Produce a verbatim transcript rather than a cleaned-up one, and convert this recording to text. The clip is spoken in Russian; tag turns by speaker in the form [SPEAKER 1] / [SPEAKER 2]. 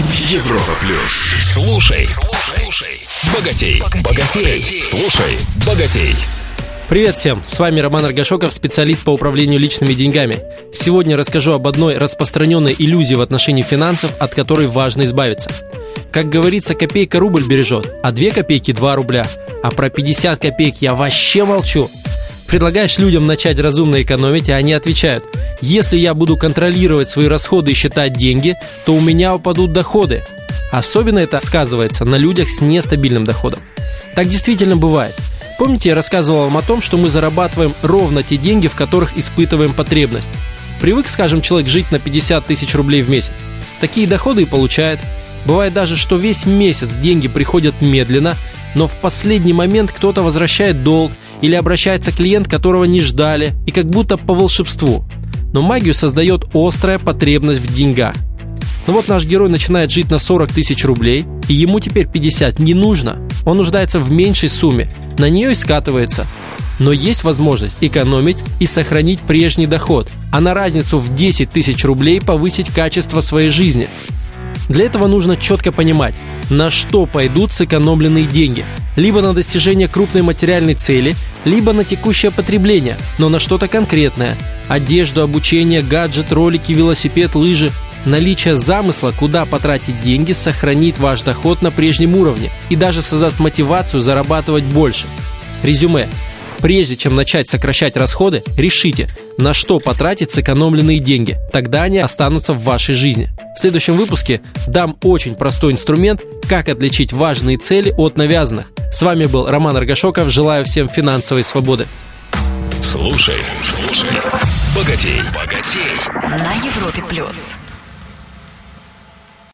[SPEAKER 1] Европа плюс. Слушай, слушай, богатей, богатей, слушай, богатей.
[SPEAKER 2] Привет всем, с вами Роман Аргашоков, специалист по управлению личными деньгами. Сегодня расскажу об одной распространенной иллюзии в отношении финансов, от которой важно избавиться. Как говорится, копейка рубль бережет, а две копейки два рубля. А про пятьдесят копеек я вообще молчу. Предлагаешь людям начать разумно экономить, а они отвечают: если я буду контролировать свои расходы и считать деньги, то у меня упадут доходы. Особенно это сказывается на людях с нестабильным доходом. Так действительно бывает. Помните, я рассказывал вам о том, что мы зарабатываем ровно те деньги, в которых испытываем потребность. Привык, скажем, человек жить на пятьдесят тысяч рублей в месяц. Такие доходы и получает. Бывает даже, что весь месяц деньги приходят медленно, но в последний момент кто-то возвращает долг или обращается клиент, которого не ждали, и как будто по волшебству. Но магию создает острая потребность в деньгах. Ну вот наш герой начинает жить на сорок тысяч рублей, и ему теперь пятьдесят не нужно. Он нуждается в меньшей сумме, на нее и скатывается. Но есть возможность экономить и сохранить прежний доход, а на разницу в десять тысяч рублей повысить качество своей жизни. Для этого нужно четко понимать, на что пойдут сэкономленные деньги. Либо на достижение крупной материальной цели, либо на текущее потребление, но на что-то конкретное. Одежду, обучение, гаджет, ролики, велосипед, лыжи. Наличие замысла, куда потратить деньги, сохранит ваш доход на прежнем уровне и даже создаст мотивацию зарабатывать больше. Резюме. Прежде чем начать сокращать расходы, решите, на что потратить сэкономленные деньги. Тогда они останутся в вашей жизни. В следующем выпуске дам очень простой инструмент, как отличить важные цели от навязанных. С вами был Роман Аргашоков. Желаю всем финансовой свободы.
[SPEAKER 1] Слушай, слушай, богатей, богатей.
[SPEAKER 3] На Европе плюс.